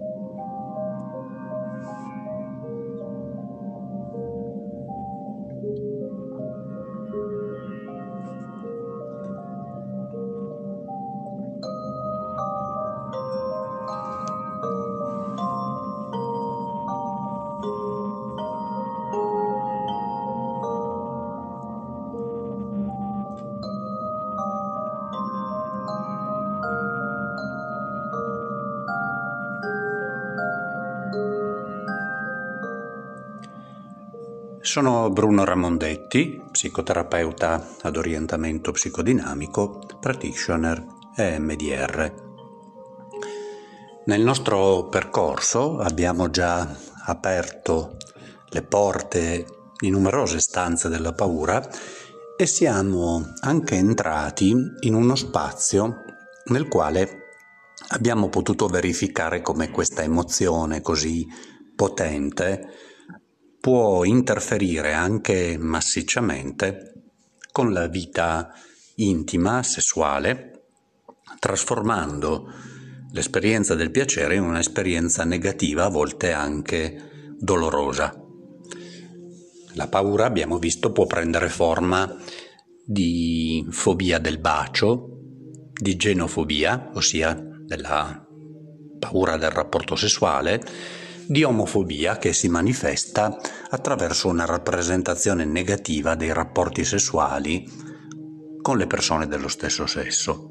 Sono Bruno Ramondetti, psicoterapeuta ad orientamento psicodinamico, practitioner e MDR. Nel nostro percorso abbiamo già aperto le porte di numerose stanze della paura e siamo anche entrati in uno spazio nel quale abbiamo potuto verificare come questa emozione così potente può interferire anche massicciamente con la vita intima, sessuale, trasformando l'esperienza del piacere in un'esperienza negativa, a volte anche dolorosa. La paura, abbiamo visto, può prendere forma di fobia del bacio, di genofobia, ossia della paura del rapporto sessuale, di omofobia, che si manifesta attraverso una rappresentazione negativa dei rapporti sessuali con le persone dello stesso sesso.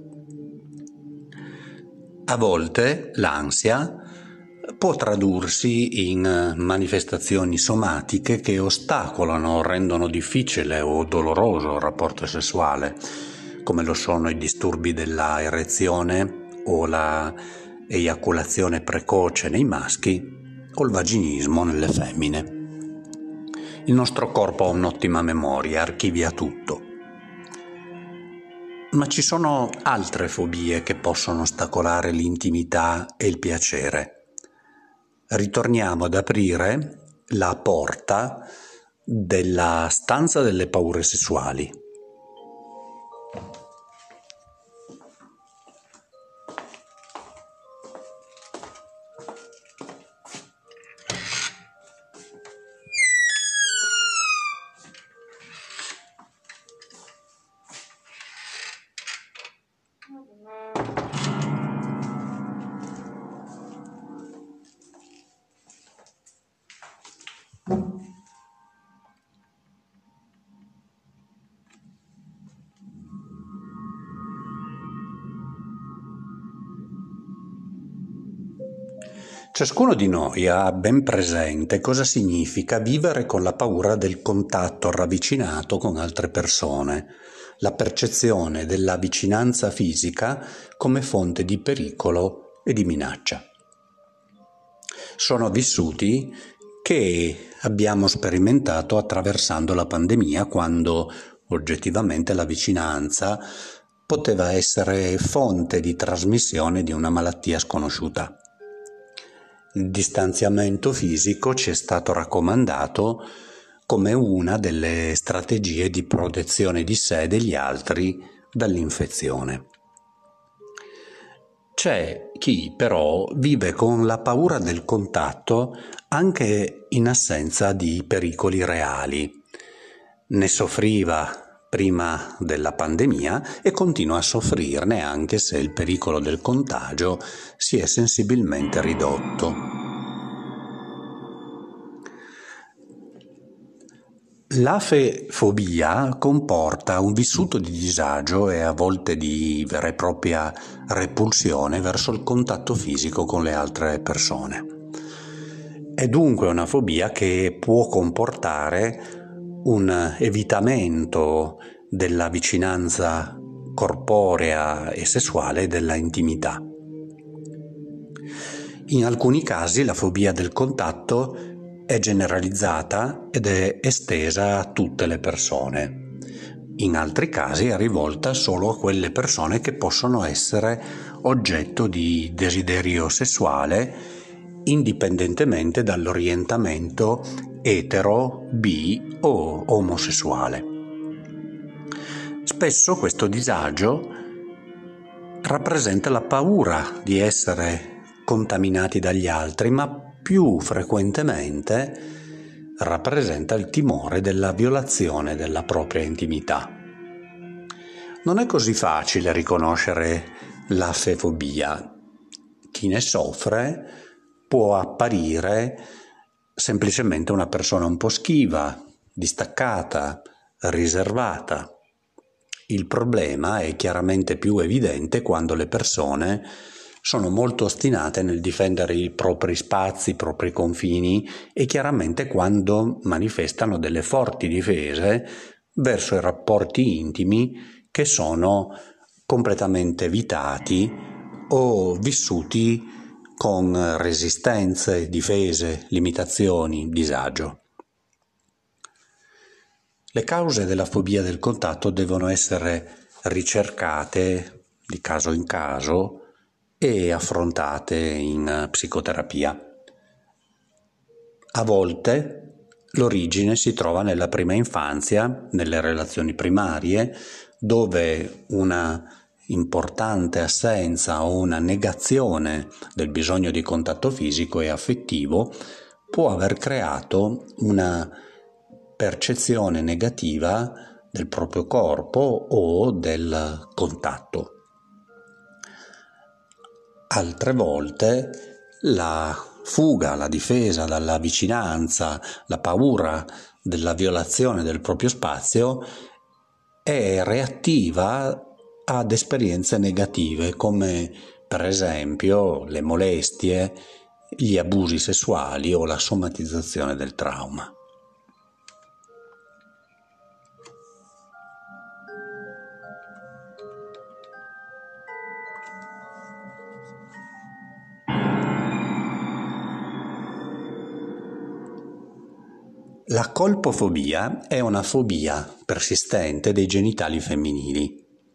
A volte l'ansia può tradursi in manifestazioni somatiche che ostacolano o rendono difficile o doloroso il rapporto sessuale, come lo sono i disturbi della erezione o la eiaculazione precoce nei maschi o il vaginismo nelle femmine. Il nostro corpo ha un'ottima memoria, archivia tutto. Ma ci sono altre fobie che possono ostacolare l'intimità e il piacere. Ritorniamo ad aprire la porta della stanza delle paure sessuali. Ciascuno di noi ha ben presente cosa significa vivere con la paura del contatto ravvicinato con altre persone, la percezione della vicinanza fisica come fonte di pericolo e di minaccia. Sono vissuti che abbiamo sperimentato attraversando la pandemia, quando oggettivamente la vicinanza poteva essere fonte di trasmissione di una malattia sconosciuta. Il distanziamento fisico ci è stato raccomandato come una delle strategie di protezione di sé e degli altri dall'infezione. C'è chi però vive con la paura del contatto anche in assenza di pericoli reali. Ne soffriva prima della pandemia e continua a soffrirne anche se il pericolo del contagio si è sensibilmente ridotto. L'afefobia comporta un vissuto di disagio e a volte di vera e propria repulsione verso il contatto fisico con le altre persone. È dunque una fobia che può comportare un evitamento della vicinanza corporea e sessuale, della intimità. In alcuni casi la fobia del contatto è generalizzata ed è estesa a tutte le persone. In altri casi è rivolta solo a quelle persone che possono essere oggetto di desiderio sessuale indipendentemente dall'orientamento etero, bi o omosessuale. Spesso questo disagio rappresenta la paura di essere contaminati dagli altri, ma più frequentemente rappresenta il timore della violazione della propria intimità. Non è così facile riconoscere la fefobia. Chi ne soffre può apparire semplicemente una persona un po' schiva, distaccata, riservata. Il problema è chiaramente più evidente quando le persone sono molto ostinate nel difendere i propri spazi, i propri confini e chiaramente quando manifestano delle forti difese verso i rapporti intimi che sono completamente evitati o vissuti con resistenze, difese, limitazioni, disagio. Le cause della fobia del contatto devono essere ricercate di caso in caso e affrontate in psicoterapia. A volte l'origine si trova nella prima infanzia, nelle relazioni primarie, dove una importante assenza o una negazione del bisogno di contatto fisico e affettivo può aver creato una percezione negativa del proprio corpo o del contatto. Altre volte la fuga, la difesa dalla vicinanza, la paura della violazione del proprio spazio è reattiva ad esperienze negative come per esempio le molestie, gli abusi sessuali o la somatizzazione del trauma. La colpofobia è una fobia persistente dei genitali femminili.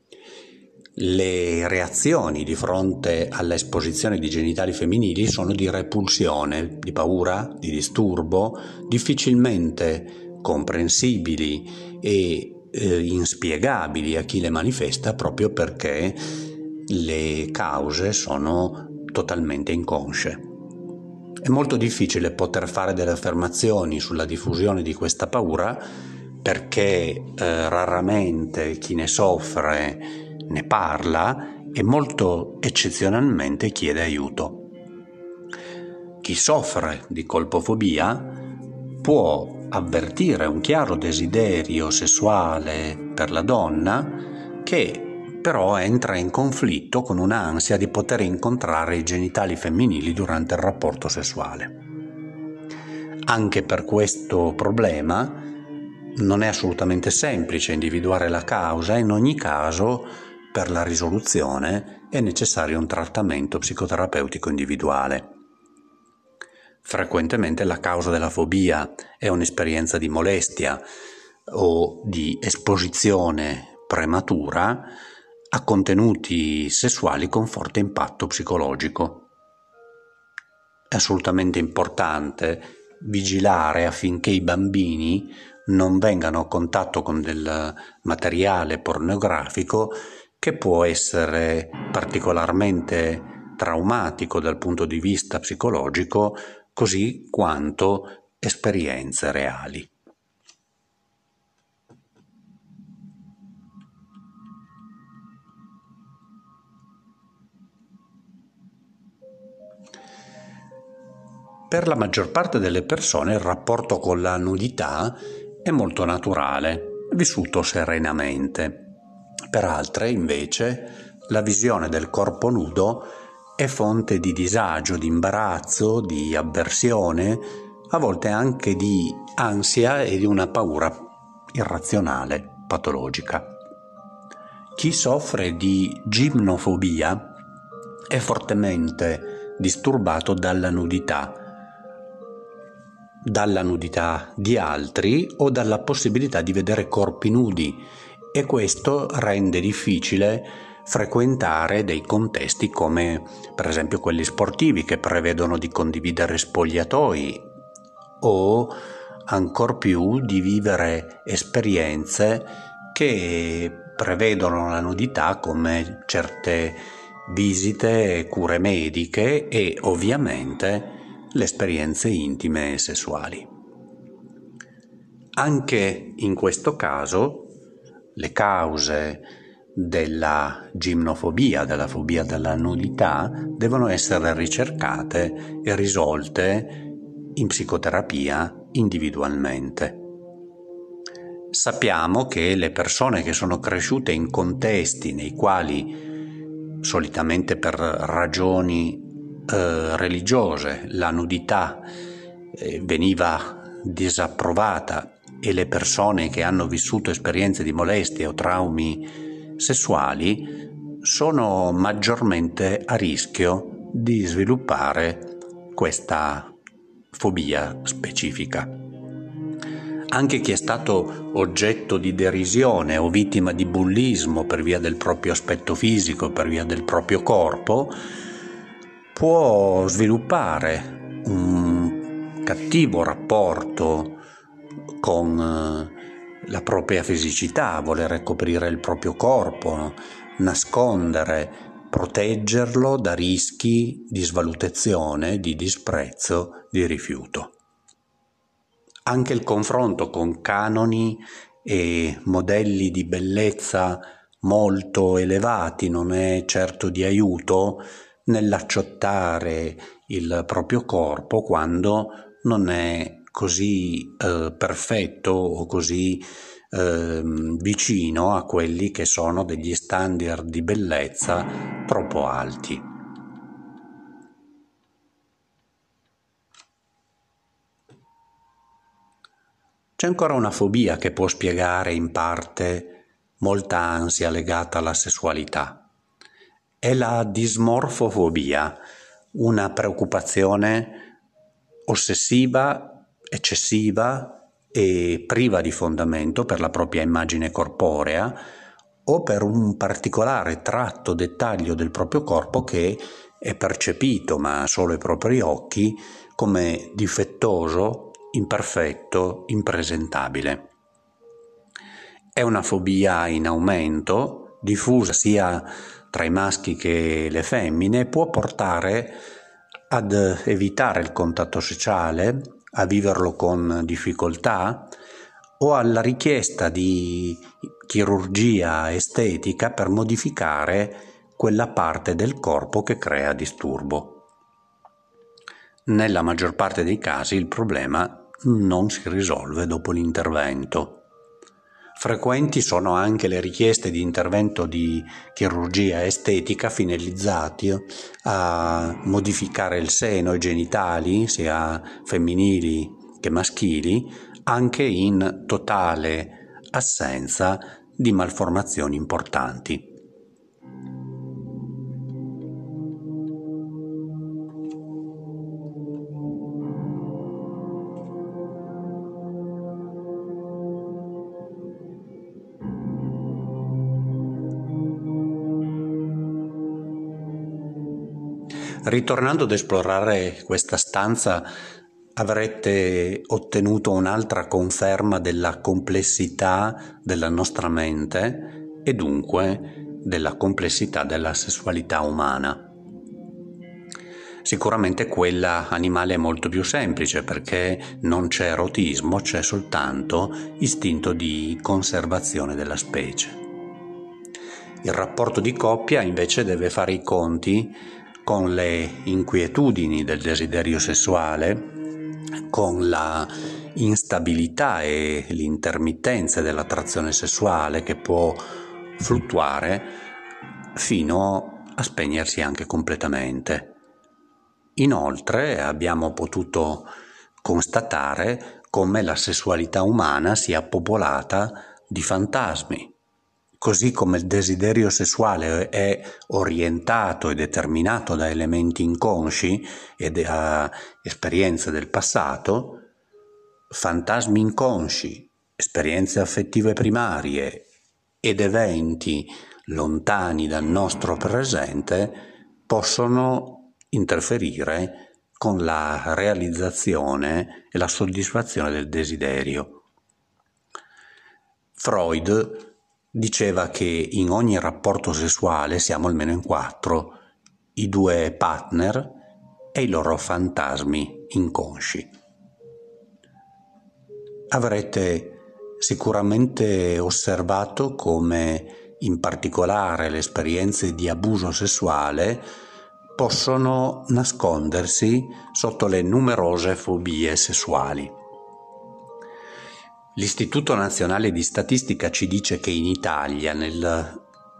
Le reazioni di fronte all'esposizione di genitali femminili sono di repulsione, di paura, di disturbo, difficilmente comprensibili e inspiegabili a chi le manifesta proprio perché le cause sono totalmente inconsce. È molto difficile poter fare delle affermazioni sulla diffusione di questa paura perché raramente chi ne soffre ne parla e molto eccezionalmente chiede aiuto. Chi soffre di colpofobia può avvertire un chiaro desiderio sessuale per la donna che però entra in conflitto con un'ansia di poter incontrare i genitali femminili durante il rapporto sessuale. Anche per questo problema non è assolutamente semplice individuare la causa, in ogni caso per la risoluzione è necessario un trattamento psicoterapeutico individuale. Frequentemente la causa della fobia è un'esperienza di molestia o di esposizione prematura a contenuti sessuali con forte impatto psicologico. È assolutamente importante vigilare affinché i bambini non vengano a contatto con del materiale pornografico che può essere particolarmente traumatico dal punto di vista psicologico, così quanto esperienze reali. Per la maggior parte delle persone il rapporto con la nudità è molto naturale, vissuto serenamente. Per altre, invece, la visione del corpo nudo è fonte di disagio, di imbarazzo, di avversione, a volte anche di ansia e di una paura irrazionale, patologica. Chi soffre di gimnofobia è fortemente disturbato dalla nudità di altri o dalla possibilità di vedere corpi nudi, e questo rende difficile frequentare dei contesti come per esempio quelli sportivi che prevedono di condividere spogliatoi o ancor più di vivere esperienze che prevedono la nudità come certe visite e cure mediche e ovviamente le esperienze intime e sessuali. Anche in questo caso le cause della gimnofobia, della fobia della nudità, devono essere ricercate e risolte in psicoterapia individualmente. Sappiamo che le persone che sono cresciute in contesti nei quali, solitamente per ragioni religiose, la nudità veniva disapprovata e le persone che hanno vissuto esperienze di molestie o traumi sessuali sono maggiormente a rischio di sviluppare questa fobia specifica. Anche chi è stato oggetto di derisione o vittima di bullismo per via del proprio aspetto fisico, per via del proprio corpo, può sviluppare un cattivo rapporto con la propria fisicità, voler coprire il proprio corpo, nascondere, proteggerlo da rischi di svalutazione, di disprezzo, di rifiuto. Anche il confronto con canoni e modelli di bellezza molto elevati non è certo di aiuto nell'acciottare il proprio corpo quando non è così perfetto o così vicino a quelli che sono degli standard di bellezza troppo alti. C'è ancora una fobia che può spiegare in parte molta ansia legata alla sessualità. È la dismorfofobia, una preoccupazione ossessiva, eccessiva e priva di fondamento per la propria immagine corporea o per un particolare tratto, dettaglio del proprio corpo che è percepito, ma solo ai propri occhi, come difettoso, imperfetto, impresentabile. È una fobia in aumento, diffusa sia tra i maschi che le femmine, può portare ad evitare il contatto sociale, a viverlo con difficoltà o alla richiesta di chirurgia estetica per modificare quella parte del corpo che crea disturbo. Nella maggior parte dei casi il problema non si risolve dopo l'intervento. Frequenti sono anche le richieste di intervento di chirurgia estetica finalizzati a modificare il seno e i genitali, sia femminili che maschili, anche in totale assenza di malformazioni importanti. Ritornando ad esplorare questa stanza, avrete ottenuto un'altra conferma della complessità della nostra mente e dunque della complessità della sessualità umana. Sicuramente quella animale è molto più semplice perché non c'è erotismo, c'è soltanto istinto di conservazione della specie. Il rapporto di coppia invece deve fare i conti con le inquietudini del desiderio sessuale, con la instabilità e l'intermittenza dell'attrazione sessuale che può fluttuare fino a spegnersi anche completamente. Inoltre abbiamo potuto constatare come la sessualità umana sia popolata di fantasmi. Così come il desiderio sessuale è orientato e determinato da elementi inconsci e da esperienze del passato, fantasmi inconsci, esperienze affettive primarie ed eventi lontani dal nostro presente possono interferire con la realizzazione e la soddisfazione del desiderio. Freud diceva che in ogni rapporto sessuale siamo almeno in 4, i 2 partner e i loro fantasmi inconsci. Avrete sicuramente osservato come in particolare le esperienze di abuso sessuale possono nascondersi sotto le numerose fobie sessuali. L'Istituto Nazionale di Statistica ci dice che in Italia nel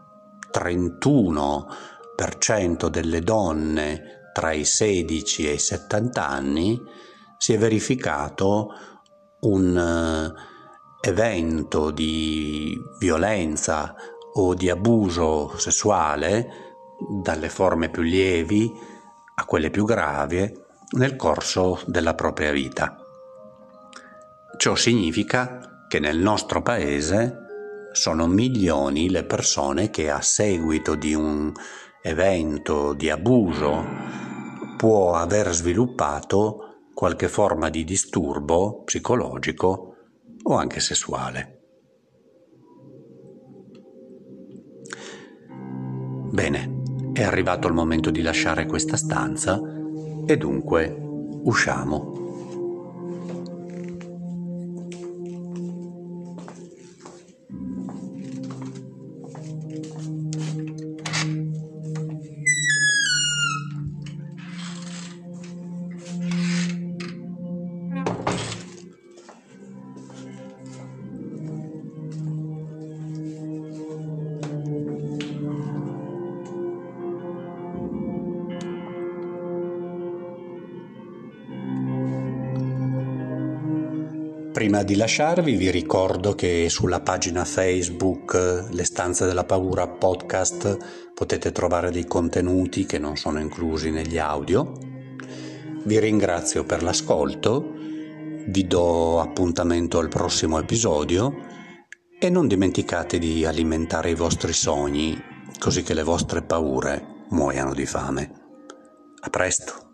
31% delle donne tra i 16 e i 70 anni si è verificato un evento di violenza o di abuso sessuale, dalle forme più lievi a quelle più gravi, nel corso della propria vita. Ciò significa che nel nostro paese sono milioni le persone che a seguito di un evento di abuso può aver sviluppato qualche forma di disturbo psicologico o anche sessuale. Bene, è arrivato il momento di lasciare questa stanza e dunque usciamo. Prima di lasciarvi vi ricordo che sulla pagina Facebook Le Stanze della Paura podcast potete trovare dei contenuti che non sono inclusi negli audio. Vi ringrazio per l'ascolto, vi do appuntamento al prossimo episodio e non dimenticate di alimentare i vostri sogni così che le vostre paure muoiano di fame. A presto!